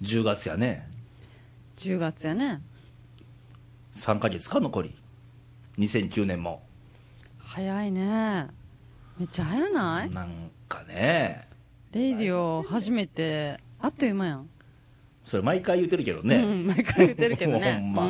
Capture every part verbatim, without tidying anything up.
じゅうがつやね。 じゅうがつやね。 さんかげつか残り。にせんきゅうねんも早いね。めっちゃ早ない？ なんかね、 レイディオ初めてあっという間やん。 それ毎回言ってるけどね、 うん、毎回言ってるけどねほんま、 うん、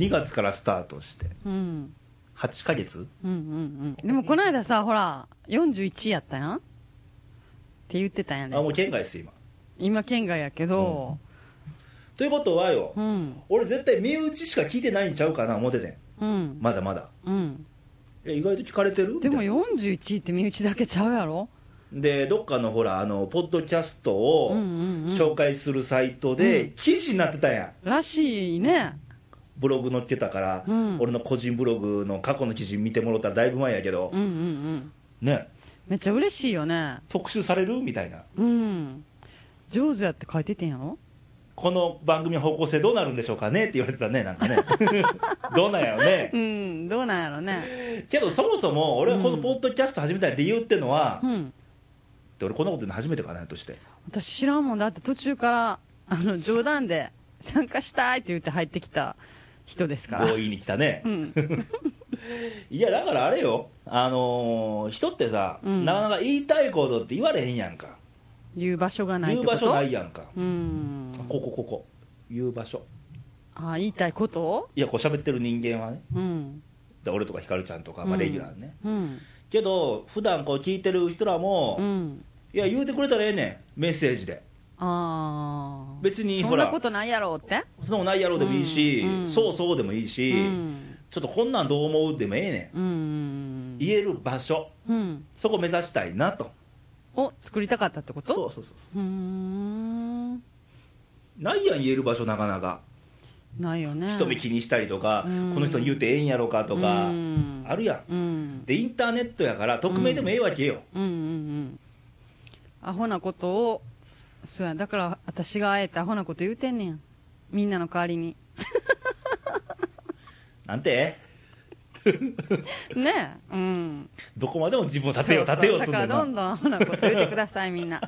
にがつからスタートしてうんはちかげつ。 うんうんうん。でもこの間さ、ほらよんじゅういちやったやんって言ってたんやね。 あ、もう県外です今。 今県外やけど、 ということはよ、 うん、 俺絶対身内しか聞いてないんちゃうかな思っててん。 うんまだまだ。 うんえ意外と聞かれてるでもみたいな。 よんじゅういちって身内だけちゃうやろ。 でどっかのほらあのポッドキャストをうんうんうん紹介するサイトで記事になってたんや、 らしいね。 ブログ載ってたから、 うん俺の個人ブログの過去の記事見てもらったらだいぶ前やけど、 うんうんうんね、 めっちゃ嬉しいよね。 特集されるみたいな。 うん上手やって書いててんやろ。 この番組の方向性どうなるんでしょうかねって言われてたね、なんかねどうなんやろね。 うんどうなんやろね。 けどそもそも俺はこのポッドキャスト始めた理由ってのは、 うんで俺こんなこと言うの初めてかなとして、 私知らんもん。だって途中からあの冗談で参加したいって言って入ってきた人ですから。 強引に来たね、 うんいやだからあれよ、あのー人ってさ、 うんなかなか言いたいことって言われへんやんか。 言う場所がないってこと。 言う場所ないやんか、 うんここここ言う場所。 あ言いたいことを。 いやこう喋ってる人間はね、 うんで俺とかひかるちゃんとか、まあ、レギュラーね、 うんけど普段こう聞いてる人らも、 うんいや言うてくれたらええねん、メッセージで。 ああ別にそほらんなことないやろうって。 そんなもんないやろうでもいいし、 うんうんそうそうでもいいし、 うんちょっとこんなんどう思うでもええねん、 うん言える場所、 うんそこ目指したいなと。 を作りたかったってこと。 そうそうそううーんないやん言える場所なかなか。 ないよね。 人目気にしたりとか、 うんこの人に言うてええんやろかとか、 うんあるやん。 うんでインターネットやから匿名でもええわけよ、 うんうんうんアホなことを。そうやだから私があえてアホなこと言うてんねん、みんなの代わりになんてねえ。うんどこまでも自分を立てよう立てようすんねんな。 だからどんどんアホなこと言ってくださいみんな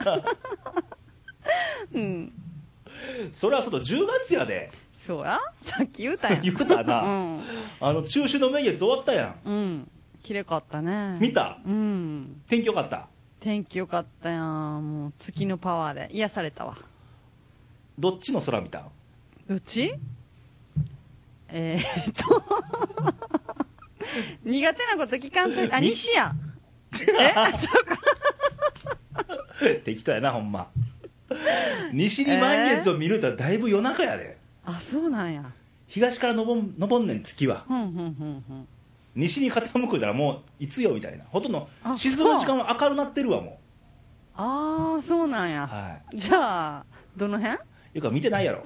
うんそれはそのじゅうがつやでそうやさっき言うたやん言うたな、 うんあの中秋の名月終わったやん。 うんきれかったね。 見た？ うん天気よかった？ 天気よかったやん。もう月のパワーで癒されたわ。 どっちの空見た？ どっち？えー、っと苦手なこと聞かんといて。あ西やえあちゃうか適当やなほんま西に満月を見るとだいぶ夜中やで。 あそうなんや。 東から昇ん昇んねん月は。 ふんふんふんふん。 西に傾くたらもういつよみたいな、ほとんどあ沈む時間は明るなってるわもああそうなんや、 う。はじゃあどの辺いいうか見てないやろ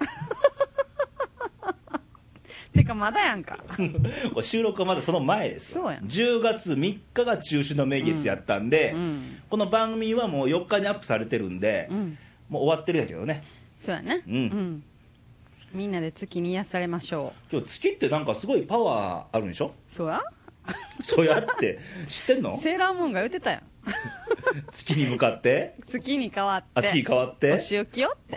てかまだやんかこれ収録はまだその前です。 そうやんじゅうがつみっかが中秋の名月やったんで、 うんこの番組はもうよっかにアップされてるんで、 うんもう終わってるんやけどね。 そうやねうんみんなで月に癒されましょ今日月ってなんかすごいパワーあるんでしょ？ う。そうやそうやって知ってんの？ セーラームーンが言ってたやん月に向かって月に変わってあ月に変わってお仕置きよって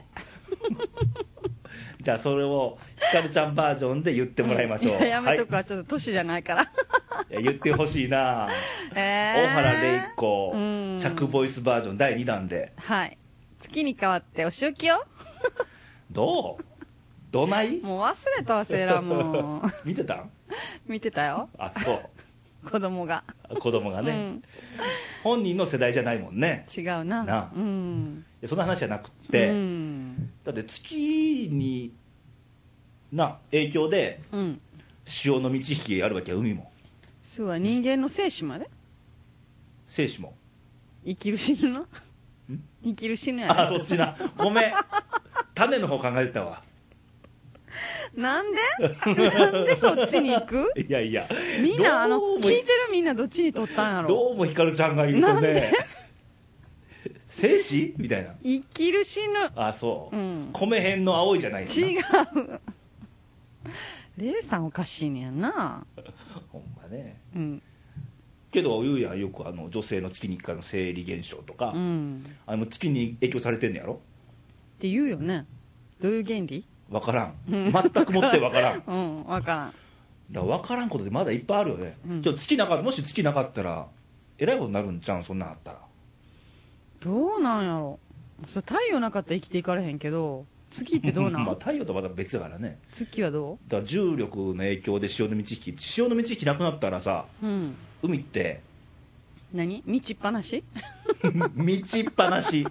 じゃあそれをひかるちゃんバージョンで言ってもらいましょう、 いややめとくはわ、ちょっと年じゃないからい、いや言ってほしいな、 えー大原玲子うん着ボイスバージョンだいにだんではい月に変わってお仕置きよどう？どない？ もう忘れたわセーラームーン見てたん？ 見てたよあそう子供が子供がね、 うん本人の世代じゃないもんね。 違うななあうんいやそんな話じゃなくって、 うんだって月にな影響でうん潮の満ち引きあるわけや。海もそうや人間の生死まで生死も。 生きる死ぬの生きる死ぬやあそっちな、ごめん種の方考えてたわ。 なんでなんでそっちに行くいやいやみんなあのどうも聞いてるみんなどっちに取ったんやろ。 どうもひかるちゃんが言うとなんでね生死みたいな。 生きる死ぬあそう、 うん米辺の青いじゃないのな。 違うレイさんおかしいねやな。 ほんまね。 うんけど言うやんよくあの女性の月にいっかいの生理現象とか、 うんあれも月に影響されてんのやろ。 って言うよね。 どういう原理？ 分からん、全くもって分からんうん分からん。 だから分からんことってまだいっぱいあるよね、 うん今日月なかもし月なかったらえらいことになるんちゃうん、そんなんあったら。 どうなんやろ。それ太陽なかったら生きていかれへんけど、月ってどうなまあん？ 太陽とまた別だからね。 月はどだから重力の影響で潮の満ち引き潮の満ち引きなくなったらさ、 う？うん。 海って何？道っぱなし？ 満ちっぱなし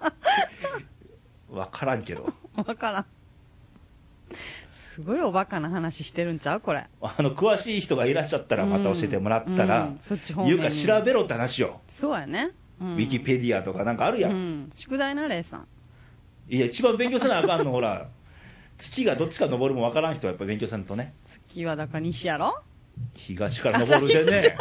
分からんけど、 分からん。すごいおバカな話してるんちゃうこれ。 あの詳しい人がいらっしゃったらまた教えてもらったら、 うんうんそっち方面にいうか調べろって話よ、 そうやね。うんウィキペディアとかなんかあるやん、 うん、宿題なレイさん。 いや一番勉強せなあかんのほら月がどっちか昇るも分からん人はやっぱ勉強せんとね。 月はだから西やろ。 東から昇るでね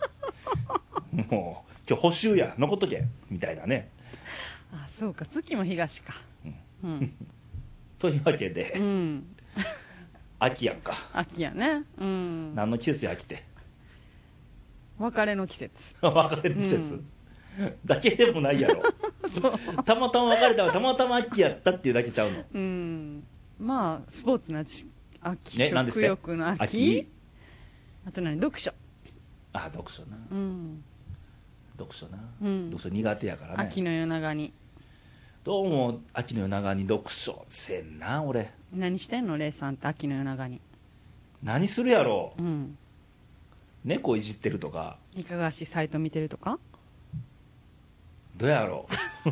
もう今日補習や残っとけみたいなね。 あそうか、月も東か。うんというわけで、 うん、うん秋やんか。 秋やね。うん何の季節や秋って別れの季節。 別れる季節、だけでもないやろたまたま別れたらたまたま秋やったっていうだけちゃうの。 うんまあスポーツの秋、秋ね何です食って欲の秋、 秋あと何、読書。 あ読書な、 うん、 読書な、 うん読書苦手やからね。 秋の夜長にどうも秋の夜長に読書せんな俺。 何してんのレイさんって秋の夜長に。 何するやろう、 うん猫いじってるとかいかがわしいサイト見てるとか。 どうやろ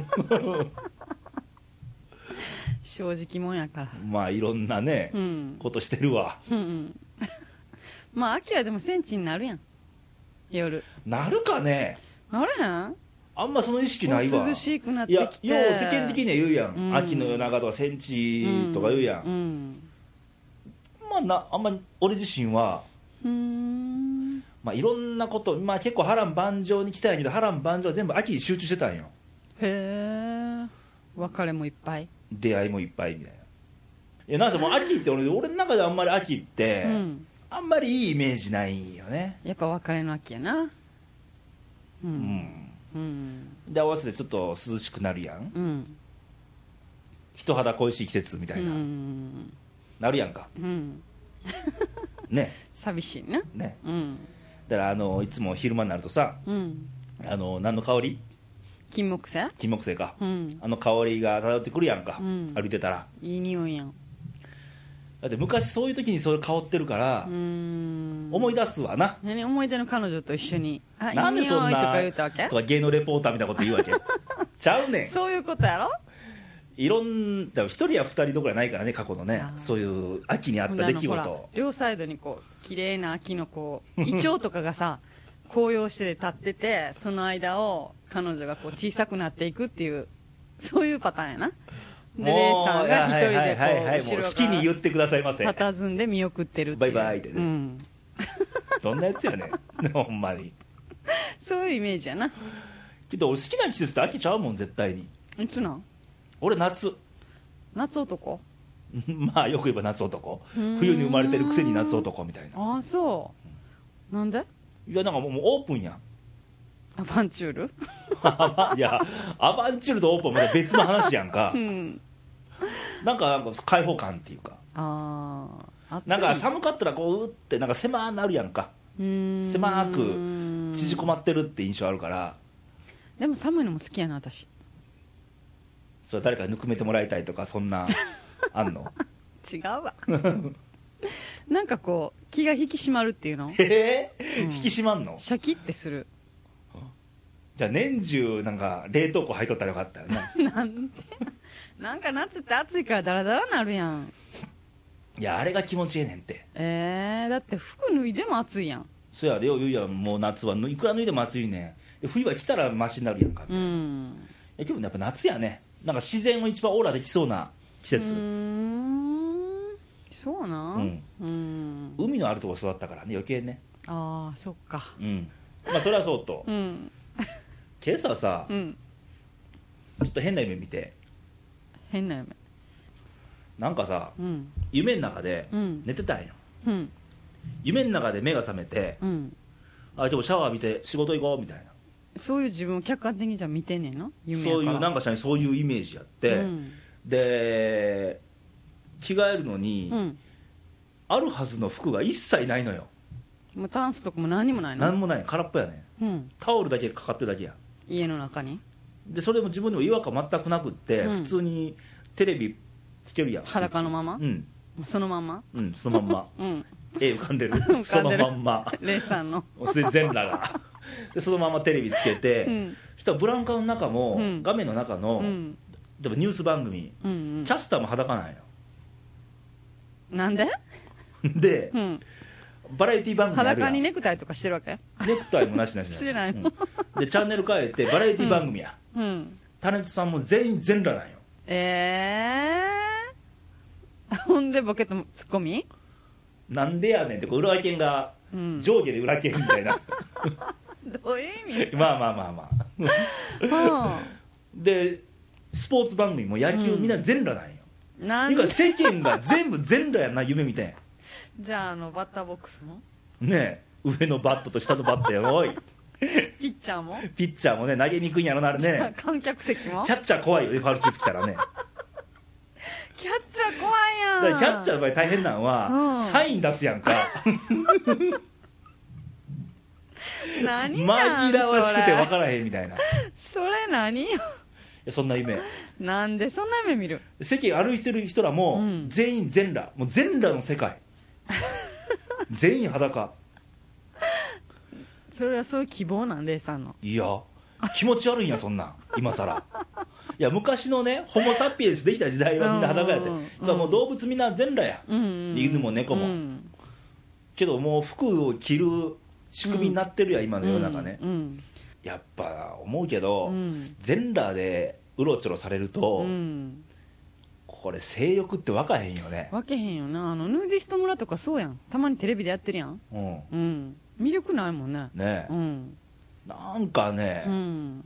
正直もんやから。 うまあいろんなね、 うんことしてるわ。 うんうんまあ秋はでもセンチになるやん。夜なるかね。 なれへん。 あんまその意識ないわ。 涼しくなってきて、 いやよう世間的には言うやん、 うん秋の夜長とかセンチとか言うやん、 うんまあなあんまり俺自身は、 うーんまあ、いろんなこと、まあ、結構波乱万丈に来たんやけど波乱万丈は全部秋に集中してたんよ。 へえ別れもいっぱい。 出会いもいっぱいみたいな。いやなんせもう秋って俺俺の中であんまり秋って、 うんあんまりいいイメージないよね。 やっぱ別れの秋やな。ううんんうんで合わせてちょっと涼しくなるやん、 うん人肌恋しい季節みたういな、 んなるやんかうんね寂しいな。 ね。 うんだからあのいつも昼間になるとさ、 うんあの何の香り、 金木犀。 金木犀か、 うんあの香りが漂ってくるやんか、 うん歩いてたら。 いい匂いやん。 だって昔そういう時にそれ香ってるからうーん思い出すわな、 何思い出の彼女と一緒にあなんでそんないい匂いとか言うたわけ。 とか芸能レポーターみたいなこと言うわけちゃうねん。 そういうことやろ。 いろんな一人や二人どころないからね過去のねあーそういう秋にあった出来ほんであのほら事。 両サイドにこう綺麗な秋のこうイチョウとかがさ紅葉して立っててその間を彼女がこう小さくなっていくっていうそういうパターンやな。でレイさんが一人はいはいはいはいもうでこう後ろ好きに言ってくださいませ。 から佇んで見送ってるっていうバイバイってねうん、 どんなやつやねんほんまに。 そういうイメージやな。 けど俺好きな季節って秋ちゃうもん絶対に。 いつなん？ 俺夏夏男。 まあよく言えば夏男、 うーん冬に生まれてるくせに夏男みたいな。 ああそうなんでいやなんかもうもうオープンやんアバンチュールいやアバンチュールとオープンはまた別の話やんかうんなんかなんか開放感っていうかああなんか寒かったらこううってなんか狭なるやんか狭狭く縮こまってるって印象あるから、 でも寒いのも好きやな私。 それ誰かにぬくめてもらいたいとかそんなあんの違うわなんかこう気が引き締まるっていうのえーうん引き締まんの。 シャキってするじゃあ年中なんか冷凍庫入っとったらよかったよななんでなんか夏って暑いからダラダラなるやん。 いやあれが気持ちええねんって。 えー、だって服脱いでも暑いやん。 そやでよ言うやんもう夏はいくら脱いでも暑いねんで冬は来たらマシになるやんかみたういな、いんや今日やっぱ夏やねなんか自然を一番オーラできそうな季節、 うーんそうなうんうん海のあるとこ育ったからね余計ね。 ああそっかうんまあそれはそうと、 うん今朝さ、 うんちょっと変な夢見て変な夢なんかさうん夢の中でうん寝てたんよ、 うん夢の中で目が覚めて、 うんあ今日シャワー浴びて仕事行こうみたいなそういう自分を客観的にじゃ見てんねんの夢やからそういうなんかしたそういうイメージやって、 うんで着替えるのに、 うんあるはずの服が一切ないのよ。 もうタンスとかも何にもないの。 なんもない、空っぽやね。 うんタオルだけかかってるだけや。 家の中にでそれも自分でも違和感全くなくって、 うん普通にテレビつけるやん。 裸のままうんそのまんまうんそのまんまうん絵浮かんでる浮かんそのでるまんまレイさんのそれ全裸がでそのままテレビつけて、 うんそしたらブラウン管の中も、 うん画面の中の、 うん例えばニュース番組、 うんうんキャスターも裸なんよなんでで、 うんバラエティ番組あるやん。 裸にネクタイとかしてるわけネクタイもなしなしなししてないのうんでチャンネル変えてバラエティ番組や、 うんタレントさんも全員全裸なんよ。 ええー、ほんでボケとツッコミなんでやねんってこう裏剣がうん上下で裏剣みたいな、 どういう意味まあまあまあまあはでスポーツ番組も野球みんな全裸なんよ、 あなんでてか世間が全部全裸やな夢みたいなじゃああのバッターボックスもねえ上のバットと下のバットやおいピッチャーもピッチャーもね投げにくいんやろなあれね観客席もキャッチャー怖いよねファウルついてきたらねキャッチャー怖いやんだからキャッチャーの場合大変なのは、 うんサイン出すやんか何なん紛らわしくて分そからへんみたいな、いれそれ何よやそんな夢なんでそんな夢見る世間歩いてる人らもうん全員全裸、もう全裸の世界全員裸。 それはそういう希望なんレイさんのいや気持ち悪いんやそんなん今さらいや昔のねホモ・サピエンスできた時代はみんな裸やって、 うんだからもう動物みんな全裸や、 うんうんで犬も猫も、 うんけどもう服を着る仕組みになってるや、今の世の中ね、 うんやっぱ思うけど、 うん全裸でうろちょろされると、 うんこれ性欲って分かへんよね。 分けへんよなあのヌーディスト村とかそうやんたまにテレビでやってるやんうんうん魅力ないもんねねえ、 うんなんかねう、ん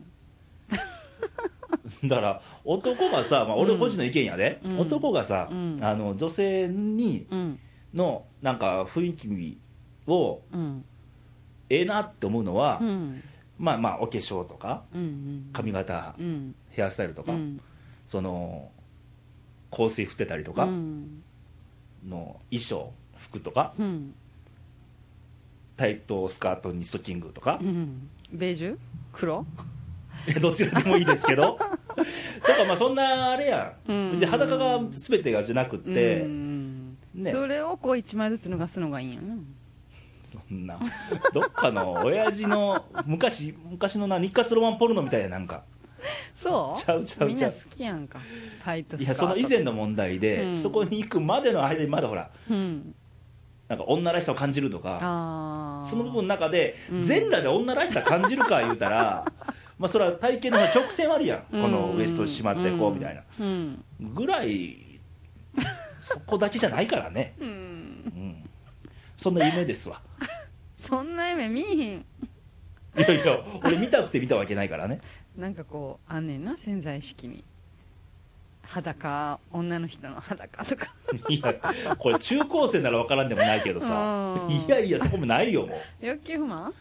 だから男がさ、まあ、俺個人の意見やで、 うん男がさ、 うんあの女性にうんのなんか雰囲気をうんええなって思うのは、 うんまあまあお化粧とかうん髪型、 うんヘアスタイルとか、 うんその香水振ってたりとうかんの衣装服とか、 うんタイトスカートにストッキングとか、 うんベージュ黒どちらでもいいですけどとかまあそんなあれやん、 うん別に裸が全てがじゃなくって、 うんねそれをこう一枚ずつ脱がすのがいいんやなそんなどっかの親父の昔昔のな日活ロマンポルノみたいななんかそうちゃうちゃうちゃうみんな好きやんかタイトスカートいやその以前の問題で、 うんそこに行くまでの間にまだほらうんなんか女らしさを感じるとかああその部分の中で、 うん全裸で女らしさ感じるか言うたらまあそれは体型の曲線あるやん、このウエスト締まってこうみたいな、 うんぐらいそこだけじゃないからね、 うんうん、そんな夢ですわ。 そんな夢見えへんいやいや俺見たくて見たわけないからね。 なんかこうあんねんな潜在意識に裸女の人の裸とかいやこれ中高生なら分からんでもないけどさ、 うんいやいやそこもないよも欲求不満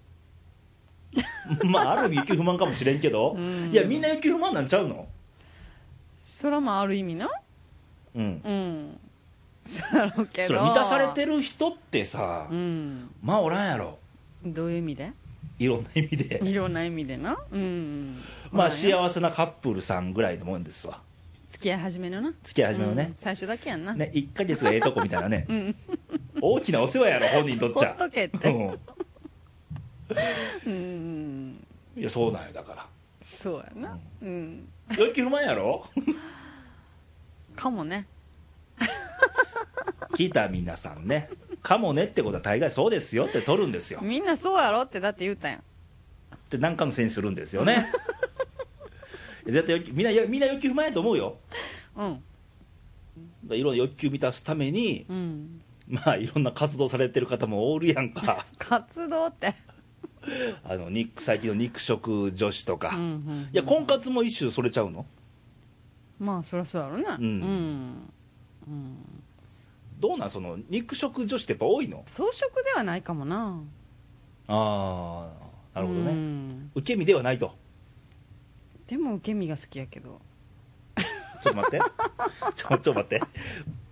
うまあある意味欲求不満かもしれんけど、 うんいやみんな欲求不満なんちゃうの。 そらもある意味なうんうんそうだろうけどそれ満たされてる人ってさ、 うんまあおらんやろ、 どういう意味でいろんな意味でいろんな意味でなうんまあせ幸せなカップルさんぐらいのもんですわ。 付き合い始めのな付き合い始めのうんね、 最初だけやんな、 ねいっかげつがええとこみたいなね、 うん大きなお世話やろ本人にとっちゃほっとけってうんうんいやそうなんよだからそうやなうん欲求不満やろかもね聞いた皆さんね、かもねってことは大概そうですよって取るんですよみんなそうやろってだって言うたやんって何かのせいにするんですよね絶対欲求みんなみんな欲求不満やと思うよ。 うんいろんな欲求満たすためにうんまあいろんな活動されてる方もおるやんか活動ってあの肉最近の肉食女子とか、 うんうんいや婚活も一種それちゃうの。 まあそりゃそうやろねうんうんどうなんその肉食女子ってやっぱ多いの。 装飾ではないかもなああなるほどね、 うん受け身ではないと。 でも受け身が好きやけどちょっと待ってちょちょっと待って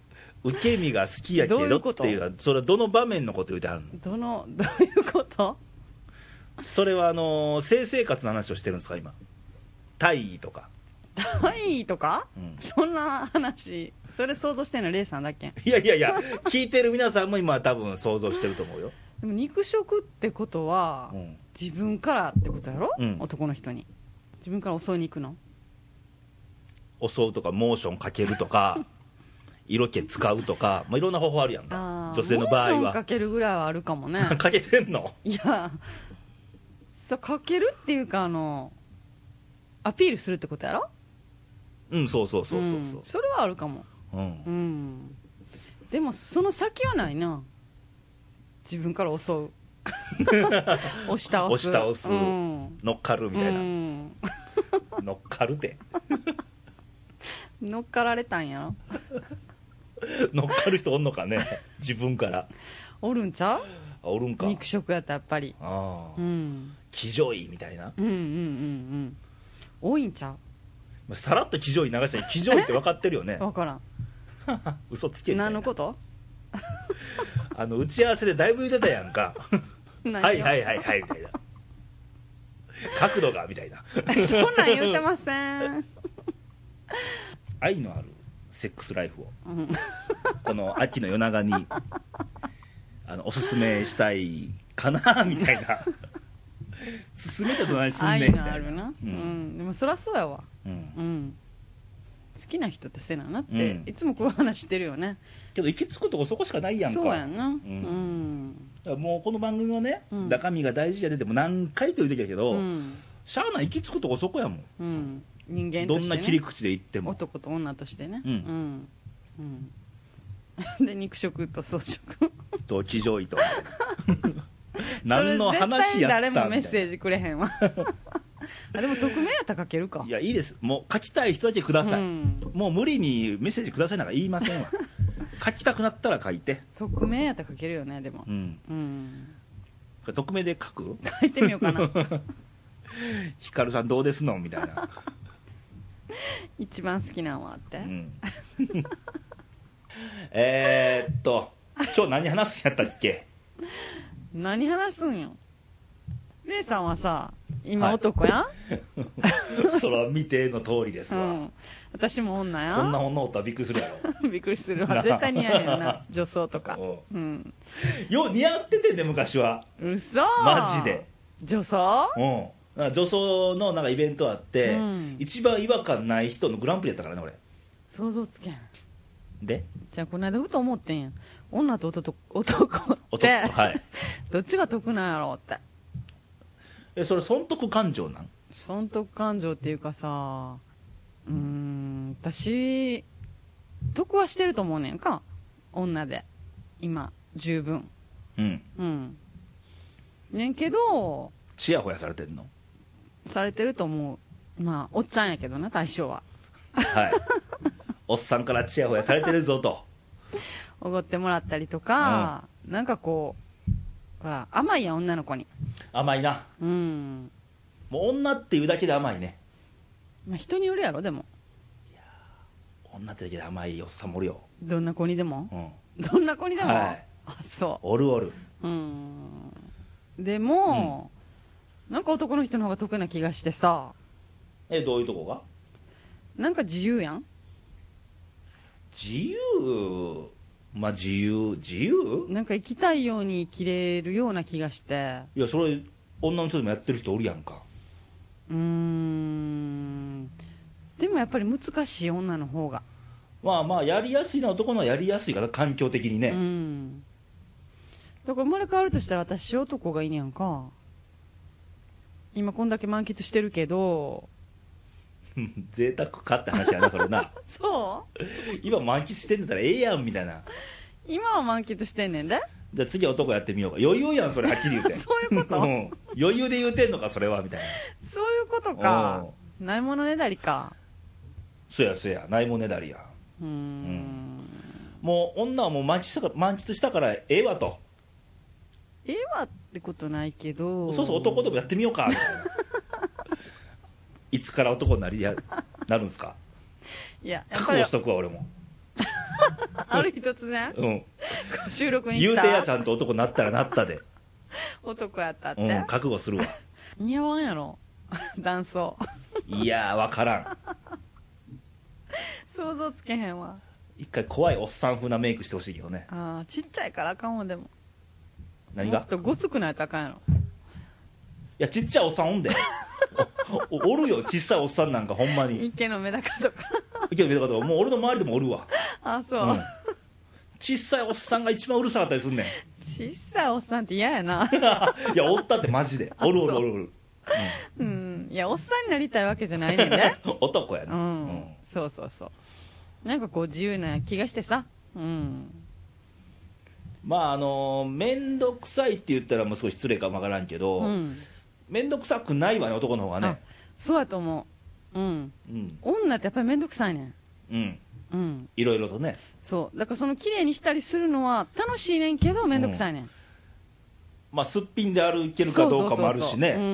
受け身が好きやけどどういうことっていうのはそれはどの場面のこと言うてはるの？ どのどういうこと？ それはあのー性生活の話をしてるんですか今？体位とか。 体位とか、 うんそんな話それ想像してんのレイさんだっけん。 いやいやいや聞いてる皆さんも今は多分想像してると思うよ。 でも肉食ってことは、 うん自分からってことやろ、 うん男の人に自分から襲いに行くの？ 襲うとかモーションかけるとか色気使うとか、まあ、いろんな方法あるやんかあー女性の場合モーションかはけるぐらいはあるかもねかけてんの？ いやそうかけるっていうかあのアピールするってことやろ。 うんそうそうそうそううんそう、 それはあるかも。 うんうんでもその先はないな。自分から襲う押し倒す押し倒すうん乗っかるみたいな、 うん乗っかるて乗っかられたんやろ。 乗っかる人おんのかね自分からおるんちゃう？ あおるんか肉食やったらやっぱり。 ああうん騎乗位みたいな、 うんうんうんうん多いんちゃまあさらっと騎乗位流したら騎乗位って分かってるよねう？分からん。 嘘つけみたいな何のことあの打ち合わせでだいぶ言ってたやんか何をはいはいはいはいみたいな角度がみたいなそんなん言ってません愛のあるセックスライフをうんこの秋の夜長にあのおすすめしたいかなみたいな勧めたと何すんねんみ愛たいなのあるな、 ううんんでもそりゃそうやわ。 うんうん好きな人としてななって、 うんいつもこういう話してるよね。 けど行き着くとこそこしかないやんかそうやんな。うんんだからもうこの番組はね、 うん中身が大事やででも何回と言うてきたけど、 うんしゃあない行き着くとこそこやもん、 うん人間として、ね、 どんな切り口で言っても男と女としてね。 うんうんうんで肉食と草食と騎乗位と何の話やったそれ絶対誰もメッみたいセージくれへんわあでも匿名やったら書けるか。 ないやいいですもう書きたい人だけください、 うんもう無理にメッセージくださいなんか言いませんわ書きたくなったら書いて、 匿名やったら書けるよねでもうん、 うん匿名で書く書いてみようかなヒカルさんどうですのみたいな、 一番好きなんはって、 うん、えーっと今日何話すんやったっけ？ 何話すんよ。レイさんはさ今はい男やん、 それは見ての通りですわ、 うん、私も女やこんんな女おったらびっくりするやろびっくりするわ絶対似合うよな女装とかううんよう似合っててんね昔は嘘マジで女装うんなんか女装のなんかイベントあって、 うん一番違和感ない人のグランプリやったからね俺想像つけん。 でじゃあこの間ふと思ってんやん。女と男男っ男てはいどっちが得なんやろうって。 えそれ損得感情なん？ 損得感情っていうかさ、うーん私得はしてると思うねんか女で今十分うんうんねんけどチヤホヤされてんの？ されてると思う。まあおっちゃんやけどな対象ははいおっさんからチヤホヤされてるぞとおごってもらったりとか、なんかこうほら甘いやん女の子に。 甘いなうんもう女っていうだけで甘いねまあ人によるやろでも女ってだけで甘いおっさんもおるよどんな子にでもうんどんな子にでも、 はいあそおるおるううんでも、なんか男の人の方が得な気がしてさ。 えどういうとこが？ なんか自由やん。 自由まあ自由自由なんか生きたいように生きれるような気がして。 いやそれ女の人でもやってる人おるやんかうーんでもやっぱり難しい女の方が。 まあまあやりやすいのは男のはやりやすいから環境的にね、 うんだから生まれ変わるとしたら私男がいいねやんか。今こんだけ満喫してるけど。 贅沢かって話やなそれなそう今満喫してんだったらええやんみたいな。 今は満喫してんねんで。 じゃあ次は男やってみようか。余裕やんそれはっきり言うてそういうことん余裕で言うてんのかそれはみたいな。 そういうことか。ないものねだりか。 そやそやないもんねだりや。 うーんもう女はもう満喫したから満喫したからええわと。 ええわってことないけど。 そうそう男でもやってみようかみたいないつから男になりやなるんすか。 いややっぱり覚悟しとくわ俺もある日突然うん収録に行った言うてやちゃんと男なったらなったで、 男やったって、 うん、覚悟するわ。 似合わんやろ男装いやー分からん。 想像つけへんわ。 一回怖いおっさん風なメイクしてほしいけどね。 ああちっちゃいからあかんわ。でも何がもっとごつくないとあかんやろ。 いやちっちゃいおっさんおんでお, おるよ小さいおっさんなんかほんまに。 池のメダカとか池のメダカとかもう俺の周りでもおるわ。 あそう、 うん、小さいおっさんが一番うるさかったりすんねん小さいおっさんって嫌やないやおったってマジでおるおるおるおる、 うん、うん、いやおっさんになりたいわけじゃないねんね男やな、 うん、 うん、 そうそうそうなんかこう自由な気がしてさ。うんまああの面倒くさいって言ったらもう少し失礼かもわからんけど面倒、うん、くさくないわね男の方がね。 そうやと思う。うん、うん、女ってやっぱり面倒くさいねん。 うんうん、 いろいろとね。 そうだからその綺麗にしたりするのは楽しいねんけど面倒くさいねん、うん、 まあすっぴんで歩けるかどうかもあるしね。 そうそうそうそう、うん、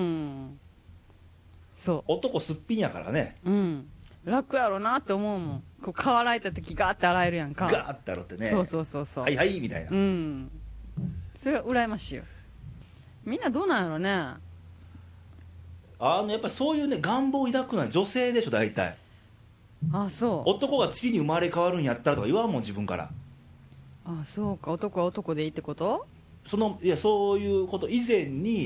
そう男すっぴんやからね。 うん楽やろなって思うもん。こう顔洗えた時ガーって洗えるやんか。 ガーって洗ってね。 そうそうそうそうはいはいみたいな。 うんそれが羨ましいよ。みんなどうなんやろね。 あのやっぱりそういうね願望を抱くのは女性でしょ大体。 あそう男が次に生まれ変わるんやったらとか言わんもん自分から。 あそうか男は男でいいってこと。 そのいやそういうこと以前に、 うん、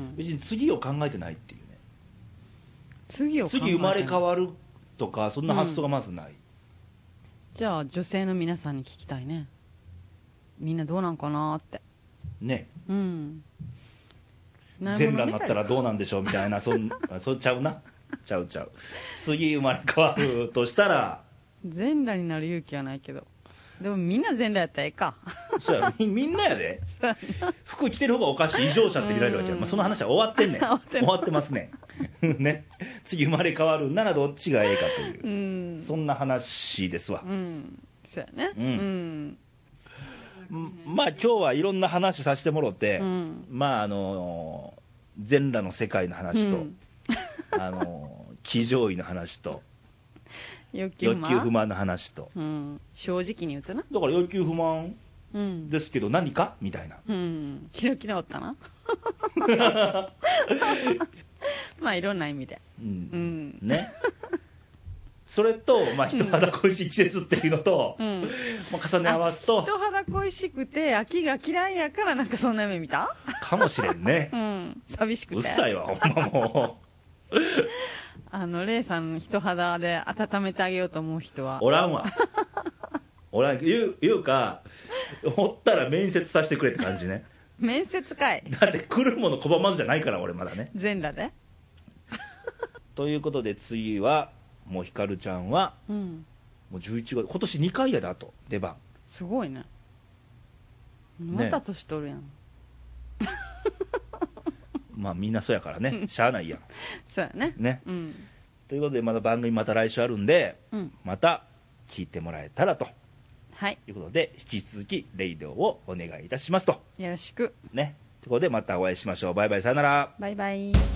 別に次を考えてないっていうね。 次を考えてない。 次生まれ変わるとかそんな発想がまずない、うん、 じゃあ女性の皆さんに聞きたいね。みんなどうなんかなってね。 うん全裸になったらどうなんでしょうみたいなそんそうちゃうなちゃうちゃう。次生まれ変わるとしたら全裸になる勇気はないけどでもみんな全裸やったらええかそうや み, みんなやで服着てる方がおかしい異常者って見られるわけや、まあ、その話は終わってんねん終わってますねね次生まれ変わるならどっちがええかという、うん、そんな話ですわ。 うんそうやねうん、 うんまあ今日はいろんな話させてもろて、うん、まああの全裸の世界の話と、うん、あの騎乗位の話と欲求不満欲求不満の話と、 うん、正直に言うとなだから欲求不満ですけど何かみたいな、 うん、開き直ったなまあいろんな意味で、 うんうん、ねそれと、まあ、人肌恋しい季節っていうのと、うんまあ、重ね合わすと人肌恋しくて秋が嫌いやからなんかそんな夢見たかもしれんね、 うん、寂しくてうっさいわほんまもうあのレイさんの人肌で温めてあげようと思う人はおらんわおらん言う、言うかおったら面接させてくれって感じね面接かいだって来るもの拒まずじゃないから俺まだね全裸でということで次はもうひかるちゃんは、うん、もうじゅういちがつ今年にかいやであと出番すごいねまた年取るやん、ね、 まあみんなそうやからねしゃあないやんそうやねね、 うん、 ということでまた番組また来週あるんで、うん、また聞いてもらえたらと、 はい、 いうことで引き続きレイディオをお願いいたしますとよろしくねということでまたお会いしましょう。バイバイさよなら。 バイバイ。